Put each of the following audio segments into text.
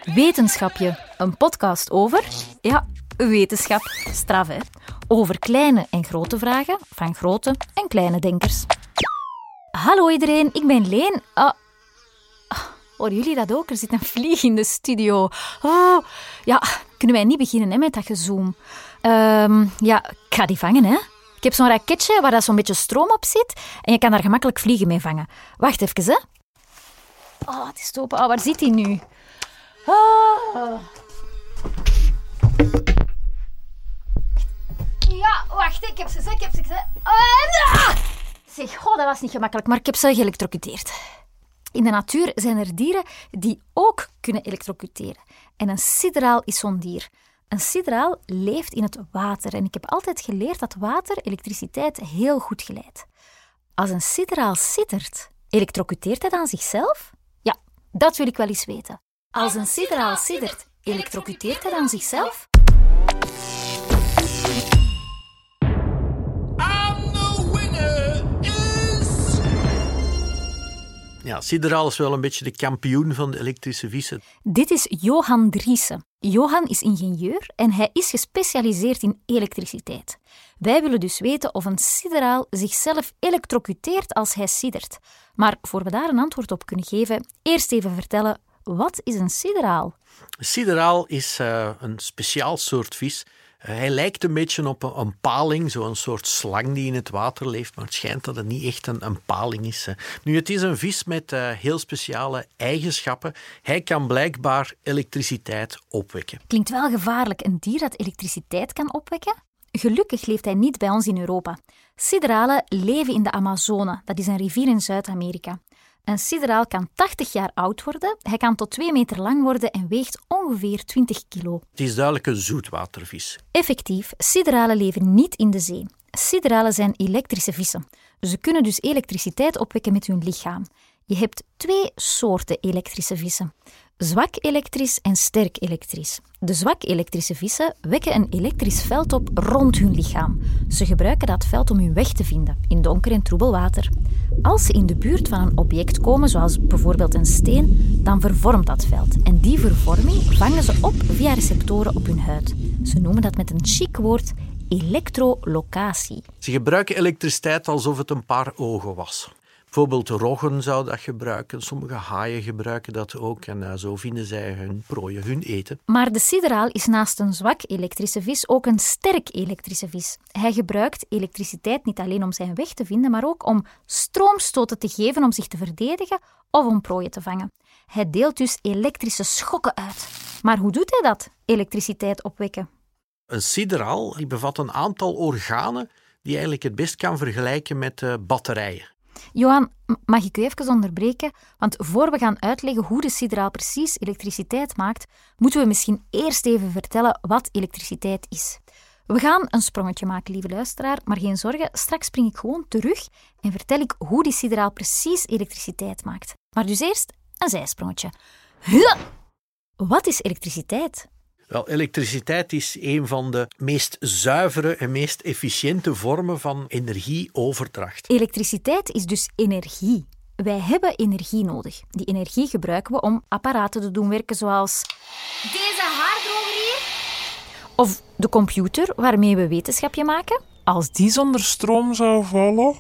Wetenschapje, een podcast over, wetenschap, straf hè. Over kleine en grote vragen van grote en kleine denkers. Hallo iedereen, ik ben Leen. Horen jullie dat ook? Er zit een vlieg in de studio. Kunnen wij niet beginnen hè, met dat gezoom? Ik ga die vangen hè. Ik heb zo'n raketje waar zo'n beetje stroom op zit en je kan daar gemakkelijk vliegen mee vangen. Wacht even hè. Het is open. Waar zit hij nu? Ja, wacht, ik heb ze. Zeg, dat was niet gemakkelijk, maar ik heb ze geëlektrocuteerd. In de natuur zijn er dieren die ook kunnen elektrocuteren. En een sideraal is zo'n dier. Een sideraal leeft in het water. En ik heb altijd geleerd dat water elektriciteit heel goed geleidt. Als een sideraal siddert, elektrocuteert hij dan zichzelf? Ja, dat wil ik wel eens weten. Als een sideraal siddert, elektrocuteert hij dan zichzelf? Ja, sideraal is wel een beetje de kampioen van de elektrische vissen. Dit is Johan Driessen. Johan is ingenieur en hij is gespecialiseerd in elektriciteit. Wij willen dus weten of een sideraal zichzelf elektrocuteert als hij siddert. Maar voor we daar een antwoord op kunnen geven, eerst even vertellen, wat is een sideraal? Een sideraal is een speciaal soort vis. Hij lijkt een beetje op een paling, zo'n soort slang die in het water leeft, maar het schijnt dat het niet echt een paling is. Nu, het is een vis met heel speciale eigenschappen. Hij kan blijkbaar elektriciteit opwekken. Klinkt wel gevaarlijk, een dier dat elektriciteit kan opwekken? Gelukkig leeft hij niet bij ons in Europa. Sideralen leven in de Amazone, dat is een rivier in Zuid-Amerika. Een sideraal kan 80 jaar oud worden, hij kan tot 2 meter lang worden en weegt ongeveer 20 kilo. Het is duidelijk een zoetwatervis. Effectief, sideralen leven niet in de zee. Sideralen zijn elektrische vissen. Ze kunnen dus elektriciteit opwekken met hun lichaam. Je hebt 2 soorten elektrische vissen. Zwak elektrisch en sterk elektrisch. De zwak elektrische vissen wekken een elektrisch veld op rond hun lichaam. Ze gebruiken dat veld om hun weg te vinden in donker en troebel water. Als ze in de buurt van een object komen, zoals bijvoorbeeld een steen, dan vervormt dat veld. En die vervorming vangen ze op via receptoren op hun huid. Ze noemen dat met een chic woord elektrolocatie. Ze gebruiken elektriciteit alsof het een paar ogen was. Bijvoorbeeld roggen zou dat gebruiken, sommige haaien gebruiken dat ook en zo vinden zij hun prooien, hun eten. Maar de sideraal is naast een zwak elektrische vis ook een sterk elektrische vis. Hij gebruikt elektriciteit niet alleen om zijn weg te vinden, maar ook om stroomstoten te geven om zich te verdedigen of om prooien te vangen. Hij deelt dus elektrische schokken uit. Maar hoe doet hij dat, elektriciteit opwekken? Een sideraal die bevat een aantal organen die eigenlijk het best kan vergelijken met batterijen. Johan, mag ik u even onderbreken? Want voor we gaan uitleggen hoe de sideraal precies elektriciteit maakt, moeten we misschien eerst even vertellen wat elektriciteit is. We gaan een sprongetje maken, lieve luisteraar, maar geen zorgen, straks spring ik gewoon terug en vertel ik hoe die sideraal precies elektriciteit maakt. Maar dus eerst een zijsprongetje. Wat is elektriciteit? Wel, elektriciteit is een van de meest zuivere en meest efficiënte vormen van energieoverdracht. Elektriciteit is dus energie. Wij hebben energie nodig. Die energie gebruiken we om apparaten te doen werken zoals deze haardroger hier. Of de computer waarmee we wetenschapje maken. Als die zonder stroom zou vallen,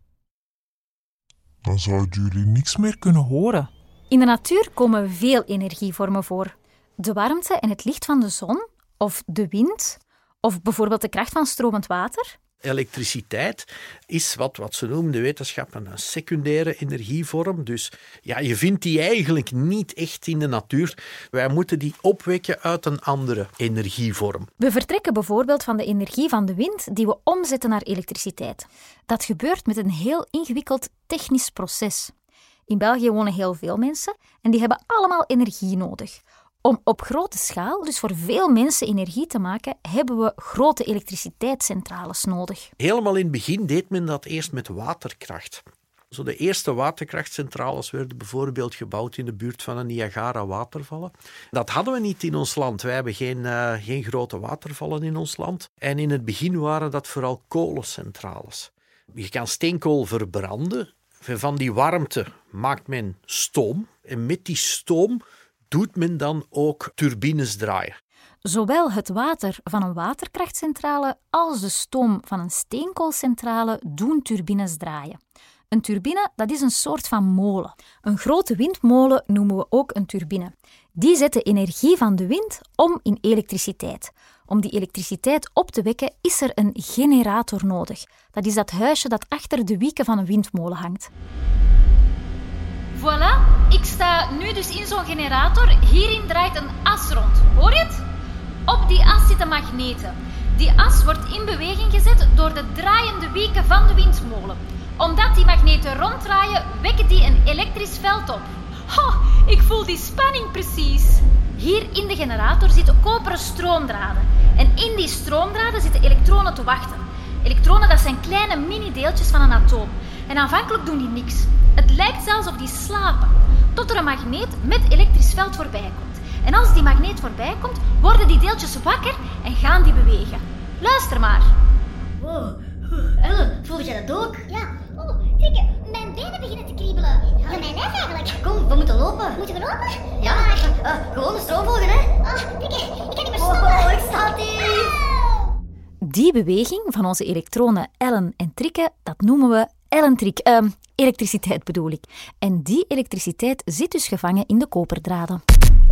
dan zouden jullie niks meer kunnen horen. In de natuur komen veel energievormen voor. De warmte en het licht van de zon, of de wind, of bijvoorbeeld de kracht van stromend water. Elektriciteit is wat ze noemen de wetenschap een secundaire energievorm. Dus ja, je vindt die eigenlijk niet echt in de natuur. Wij moeten die opwekken uit een andere energievorm. We vertrekken bijvoorbeeld van de energie van de wind die we omzetten naar elektriciteit. Dat gebeurt met een heel ingewikkeld technisch proces. In België wonen heel veel mensen en die hebben allemaal energie nodig. Om op grote schaal, dus voor veel mensen energie te maken, hebben we grote elektriciteitscentrales nodig. Helemaal in het begin deed men dat eerst met waterkracht. Zo de eerste waterkrachtcentrales werden bijvoorbeeld gebouwd in de buurt van de Niagara-watervallen. Dat hadden we niet in ons land. Wij hebben geen grote watervallen in ons land. En in het begin waren dat vooral kolencentrales. Je kan steenkool verbranden. Van die warmte maakt men stoom. En met die stoom doet men dan ook turbines draaien. Zowel het water van een waterkrachtcentrale als de stoom van een steenkoolcentrale doen turbines draaien. Een turbine, dat is een soort van molen. Een grote windmolen noemen we ook een turbine. Die zet de energie van de wind om in elektriciteit. Om die elektriciteit op te wekken is er een generator nodig. Dat is dat huisje dat achter de wieken van een windmolen hangt. Voilà, ik sta nu dus in zo'n generator. Hierin draait een as rond. Hoor je het? Op die as zitten magneten. Die as wordt in beweging gezet door de draaiende wieken van de windmolen. Omdat die magneten ronddraaien, wekken die een elektrisch veld op. Ik voel die spanning precies. Hier in de generator zitten koperen stroomdraden. En in die stroomdraden zitten elektronen te wachten. Elektronen, dat zijn kleine mini-deeltjes van een atoom. En aanvankelijk doen die niks. Het lijkt zelfs of die slapen. Tot er een magneet met elektrisch veld voorbij komt. En als die magneet voorbij komt, worden die deeltjes wakker en gaan die bewegen. Luister maar. Wow. Ellen, voelde jij dat ook? Ja. Kijk, mijn benen beginnen te kriebelen. Ja, mijn lijf eigenlijk. Kom, we moeten lopen. Moeten we lopen? Ja, gewoon de stroom volgen, hè. Kijk, ik kan niet meer stoppen. Ik sta hier. Die beweging van onze elektronen Ellen en Trikke, dat noemen we Ellentrik. Elektriciteit bedoel ik. En die elektriciteit zit dus gevangen in de koperdraden.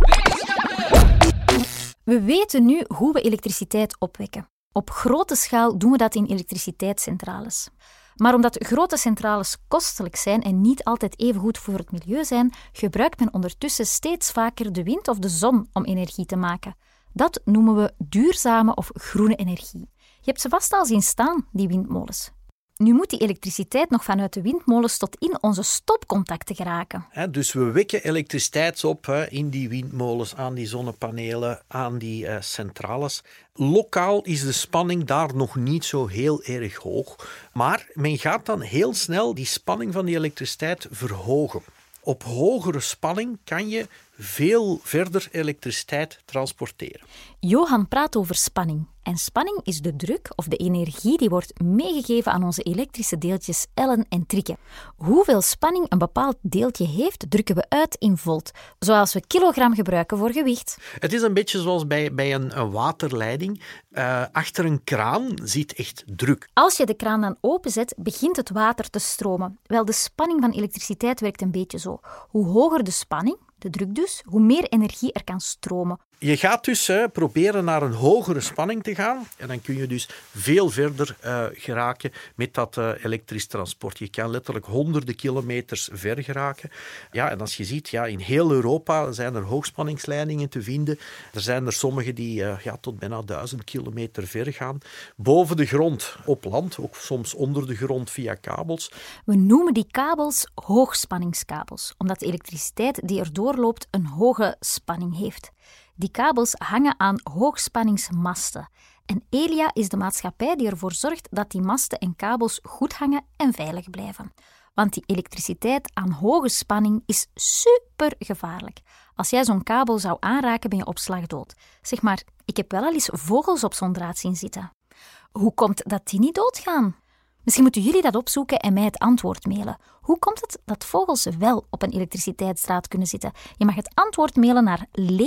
We weten nu hoe we elektriciteit opwekken. Op grote schaal doen we dat in elektriciteitscentrales. Maar omdat grote centrales kostelijk zijn en niet altijd even goed voor het milieu zijn, gebruikt men ondertussen steeds vaker de wind of de zon om energie te maken. Dat noemen we duurzame of groene energie. Je hebt ze vast al zien staan, die windmolens. Nu moet die elektriciteit nog vanuit de windmolens tot in onze stopcontacten geraken. Dus we wekken elektriciteit op in die windmolens, aan die zonnepanelen, aan die centrales. Lokaal is de spanning daar nog niet zo heel erg hoog. Maar men gaat dan heel snel die spanning van die elektriciteit verhogen. Op hogere spanning kan je veel verder elektriciteit transporteren. Johan praat over spanning. En spanning is de druk of de energie die wordt meegegeven aan onze elektrische deeltjes Ellen en Trikke. Hoeveel spanning een bepaald deeltje heeft, drukken we uit in volt. Zoals we kilogram gebruiken voor gewicht. Het is een beetje zoals bij een waterleiding. Achter een kraan zit echt druk. Als je de kraan dan openzet, begint het water te stromen. Wel, de spanning van elektriciteit werkt een beetje zo. Hoe hoger de spanning, de druk dus, hoe meer energie er kan stromen. Je gaat dus proberen naar een hogere spanning te gaan en dan kun je dus veel verder geraken met dat elektrisch transport. Je kan letterlijk honderden kilometers ver geraken. Ja, en als je ziet, in heel Europa zijn er hoogspanningsleidingen te vinden. Er zijn er sommige die tot bijna 1000 kilometer ver gaan. Boven de grond, op land, ook soms onder de grond via kabels. We noemen die kabels hoogspanningskabels, omdat de elektriciteit die er doorloopt een hoge spanning heeft. Die kabels hangen aan hoogspanningsmasten. En Elia is de maatschappij die ervoor zorgt dat die masten en kabels goed hangen en veilig blijven. Want die elektriciteit aan hoge spanning is super gevaarlijk. Als jij zo'n kabel zou aanraken, ben je op slag dood. Zeg maar, ik heb wel al eens vogels op zo'n draad zien zitten. Hoe komt dat die niet doodgaan? Misschien moeten jullie dat opzoeken en mij het antwoord mailen. Hoe komt het dat vogels wel op een elektriciteitsdraad kunnen zitten? Je mag het antwoord mailen naar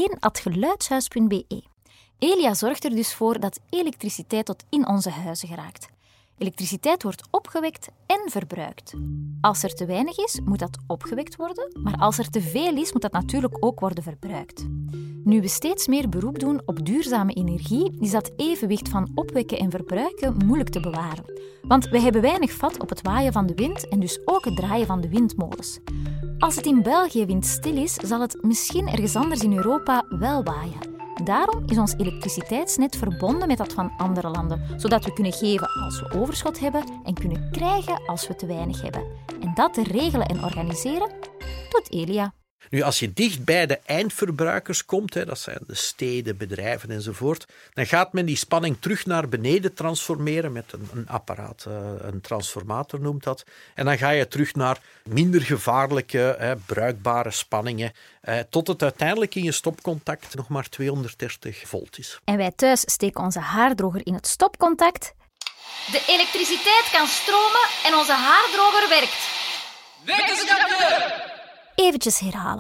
leen@geluidshuis.be. Elia zorgt er dus voor dat elektriciteit tot in onze huizen geraakt. Elektriciteit wordt opgewekt en verbruikt. Als er te weinig is, moet dat opgewekt worden, maar als er te veel is, moet dat natuurlijk ook worden verbruikt. Nu we steeds meer beroep doen op duurzame energie, is dat evenwicht van opwekken en verbruiken moeilijk te bewaren. Want we hebben weinig vat op het waaien van de wind en dus ook het draaien van de windmolens. Als het in België windstil is, zal het misschien ergens anders in Europa wel waaien. Daarom is ons elektriciteitsnet verbonden met dat van andere landen, zodat we kunnen geven als we overschot hebben en kunnen krijgen als we te weinig hebben. En dat te regelen en organiseren, doet Elia. Nu, als je dicht bij de eindverbruikers komt, dat zijn de steden, bedrijven enzovoort, dan gaat men die spanning terug naar beneden transformeren met een apparaat, een transformator noemt dat. En dan ga je terug naar minder gevaarlijke, bruikbare spanningen, tot het uiteindelijk in je stopcontact nog maar 230 volt is. En wij thuis steken onze haardroger in het stopcontact. De elektriciteit kan stromen en onze haardroger werkt. Eventjes herhalen.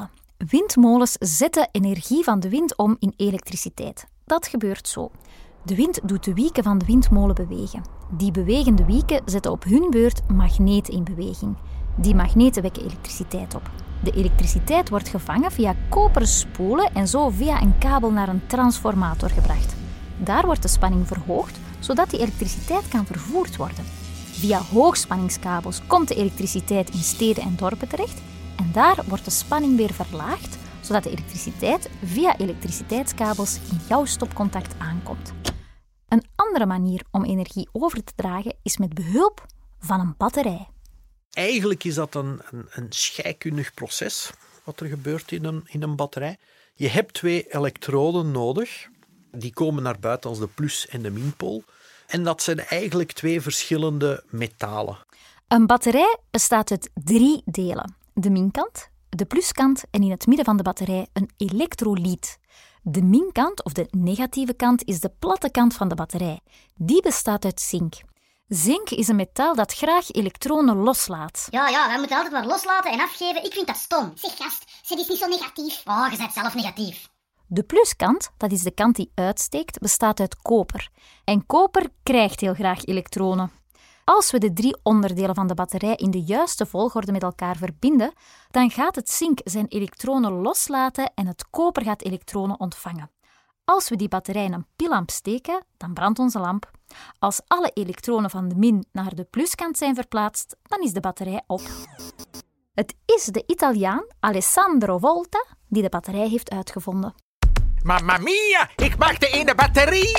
Windmolens zetten energie van de wind om in elektriciteit. Dat gebeurt zo. De wind doet de wieken van de windmolen bewegen. Die bewegende wieken zetten op hun beurt magneten in beweging. Die magneten wekken elektriciteit op. De elektriciteit wordt gevangen via koperen spoelen en zo via een kabel naar een transformator gebracht. Daar wordt de spanning verhoogd, zodat die elektriciteit kan vervoerd worden. Via hoogspanningskabels komt de elektriciteit in steden en dorpen terecht en daar wordt de spanning weer verlaagd, zodat de elektriciteit via elektriciteitskabels in jouw stopcontact aankomt. Een andere manier om energie over te dragen is met behulp van een batterij. Eigenlijk is dat een scheikundig proces wat er gebeurt in een batterij. Je hebt 2 elektroden nodig. Die komen naar buiten als de plus- en de minpool. En dat zijn eigenlijk 2 verschillende metalen. Een batterij bestaat uit 3 delen. De minkant, de pluskant en in het midden van de batterij een elektrolyt. De minkant, of de negatieve kant, is de platte kant van de batterij. Die bestaat uit zink. Zink is een metaal dat graag elektronen loslaat. Ja, wij moeten altijd maar loslaten en afgeven. Ik vind dat stom. Zeg gast, ze is niet zo negatief. Oh, je bent zelf negatief. De pluskant, dat is de kant die uitsteekt, bestaat uit koper. En koper krijgt heel graag elektronen. Als we de 3 onderdelen van de batterij in de juiste volgorde met elkaar verbinden, dan gaat het zink zijn elektronen loslaten en het koper gaat elektronen ontvangen. Als we die batterij in een pillamp steken, dan brandt onze lamp. Als alle elektronen van de min naar de pluskant zijn verplaatst, dan is de batterij op. Het is de Italiaan Alessandro Volta die de batterij heeft uitgevonden. Mamma mia, ik maak de ene batterie!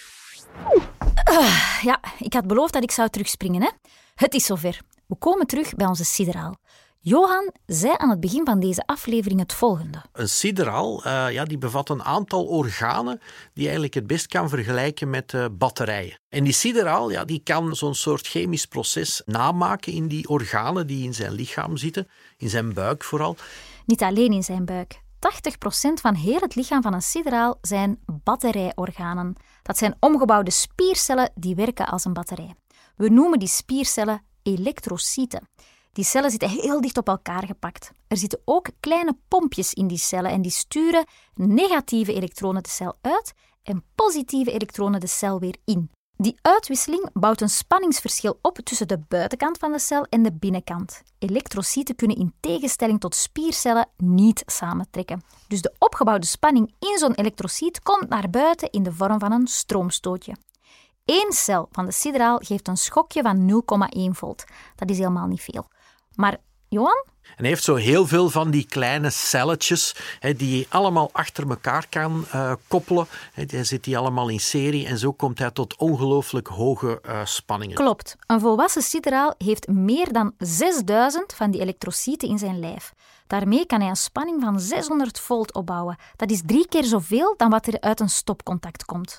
Ja, ik had beloofd dat ik zou terugspringen, hè? Het is zover. We komen terug bij onze sideraal. Johan zei aan het begin van deze aflevering het volgende. Een sideraal die bevat een aantal organen die eigenlijk het best kan vergelijken met batterijen. En die sideraal die kan zo'n soort chemisch proces namaken in die organen die in zijn lichaam zitten, in zijn buik vooral. Niet alleen in zijn buik. 80% van heel het lichaam van een sideraal zijn batterijorganen. Dat zijn omgebouwde spiercellen die werken als een batterij. We noemen die spiercellen elektrocyten. Die cellen zitten heel dicht op elkaar gepakt. Er zitten ook kleine pompjes in die cellen en die sturen negatieve elektronen de cel uit en positieve elektronen de cel weer in. Die uitwisseling bouwt een spanningsverschil op tussen de buitenkant van de cel en de binnenkant. Elektrocyten kunnen in tegenstelling tot spiercellen niet samentrekken. Dus de opgebouwde spanning in zo'n elektrocyt komt naar buiten in de vorm van een stroomstootje. 1 cel van de sideraal geeft een schokje van 0,1 volt. Dat is helemaal niet veel. Maar Johan? En hij heeft zo heel veel van die kleine celletjes die je allemaal achter elkaar kan koppelen. Hij zit die allemaal in serie en zo komt hij tot ongelooflijk hoge spanningen. Klopt. Een volwassen sideraal heeft meer dan 6000 van die elektrocyten in zijn lijf. Daarmee kan hij een spanning van 600 volt opbouwen. Dat is 3 keer zoveel dan wat er uit een stopcontact komt.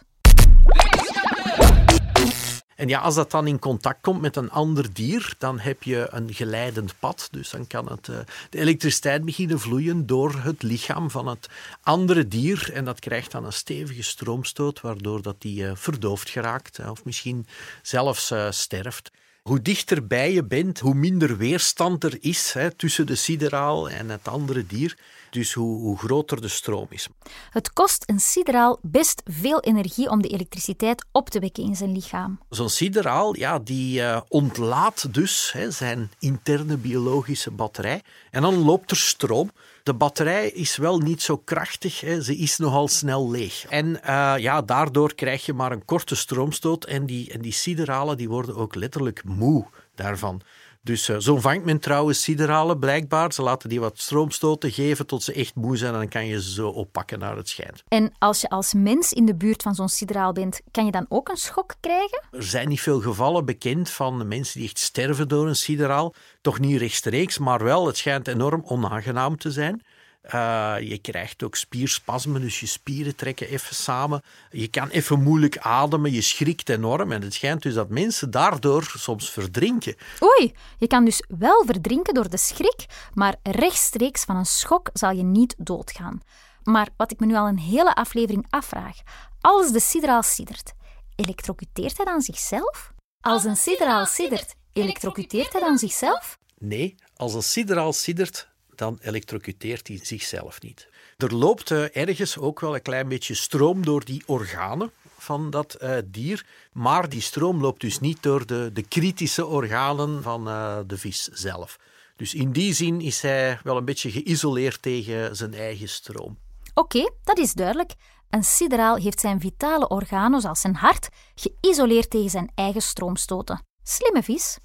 En ja, als dat dan in contact komt met een ander dier, dan heb je een geleidend pad. Dus dan kan de elektriciteit beginnen vloeien door het lichaam van het andere dier. En dat krijgt dan een stevige stroomstoot, waardoor dat die verdoofd geraakt of misschien zelfs sterft. Hoe dichterbij je bent, hoe minder weerstand er is tussen de sideraal en het andere dier. Dus hoe groter de stroom is. Het kost een sideraal best veel energie om de elektriciteit op te wekken in zijn lichaam. Zo'n sideraal die ontlaat dus zijn interne biologische batterij. En dan loopt er stroom. De batterij is wel niet zo krachtig, ze is nogal snel leeg. En daardoor krijg je maar een korte stroomstoot en die sideralen die worden ook letterlijk moe daarvan. Dus zo vangt men trouwens sideralen blijkbaar. Ze laten die wat stroomstoten geven tot ze echt moe zijn en dan kan je ze zo oppakken naar het schijnt. En als je als mens in de buurt van zo'n sideraal bent, kan je dan ook een schok krijgen? Er zijn niet veel gevallen bekend van mensen die echt sterven door een sideraal. Toch niet rechtstreeks, maar wel, het schijnt enorm onaangenaam te zijn. Je krijgt ook spierspasmen, dus je spieren trekken even samen. Je kan even moeilijk ademen, je schrikt enorm. En het schijnt dus dat mensen daardoor soms verdrinken. Oei, je kan dus wel verdrinken door de schrik, maar rechtstreeks van een schok zal je niet doodgaan. Maar wat ik me nu al een hele aflevering afvraag, als de sideraal siddert, elektrocuteert hij dan zichzelf? Als een sideraal siddert, elektrocuteert hij dan zichzelf? Nee, als een sideraal siddert, dan elektrocuteert hij zichzelf niet. Er loopt ergens ook wel een klein beetje stroom door die organen van dat dier, maar die stroom loopt dus niet door de kritische organen van de vis zelf. Dus in die zin is hij wel een beetje geïsoleerd tegen zijn eigen stroom. Oké, dat is duidelijk. Een sideraal heeft zijn vitale organen, zoals zijn hart, geïsoleerd tegen zijn eigen stroomstoten. Slimme vis.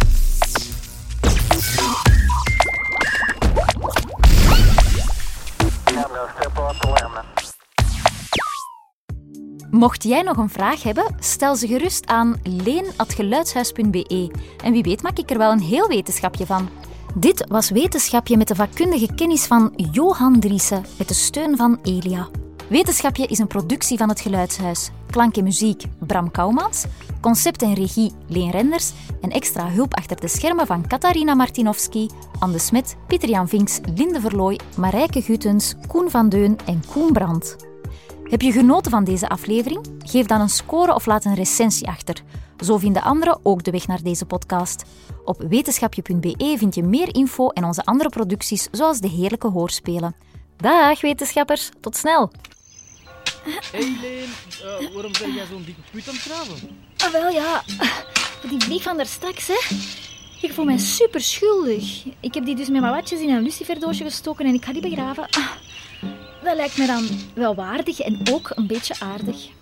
Mocht jij nog een vraag hebben, stel ze gerust aan leen@geluidshuis.be. En wie weet maak ik er wel een heel wetenschapje van. Dit was Wetenschapje met de vakkundige kennis van Johan Driessen, met de steun van Elia. Wetenschapje is een productie van het Geluidshuis. Klank en muziek Bram Kouwmans, concept en regie Leen Renders en extra hulp achter de schermen van Katarina Martinovski, Anne de Smet, Pieter-Jan Vinks, Linde Verlooy, Marijke Guttens, Koen van Deun en Koen Brandt. Heb je genoten van deze aflevering? Geef dan een score of laat een recensie achter. Zo vinden anderen ook de weg naar deze podcast. Op wetenschapje.be vind je meer info en onze andere producties, zoals de heerlijke hoorspelen. Dag wetenschappers, tot snel! Hey Leen, waarom ben jij zo'n dikke put aan het graven? Ah, wel ja, die vlieg van daar straks, hè. Ik voel mij super schuldig. Ik heb die dus met mijn watjes in een luciferdoosje gestoken en ik ga die begraven. Dat lijkt me dan wel waardig en ook een beetje aardig.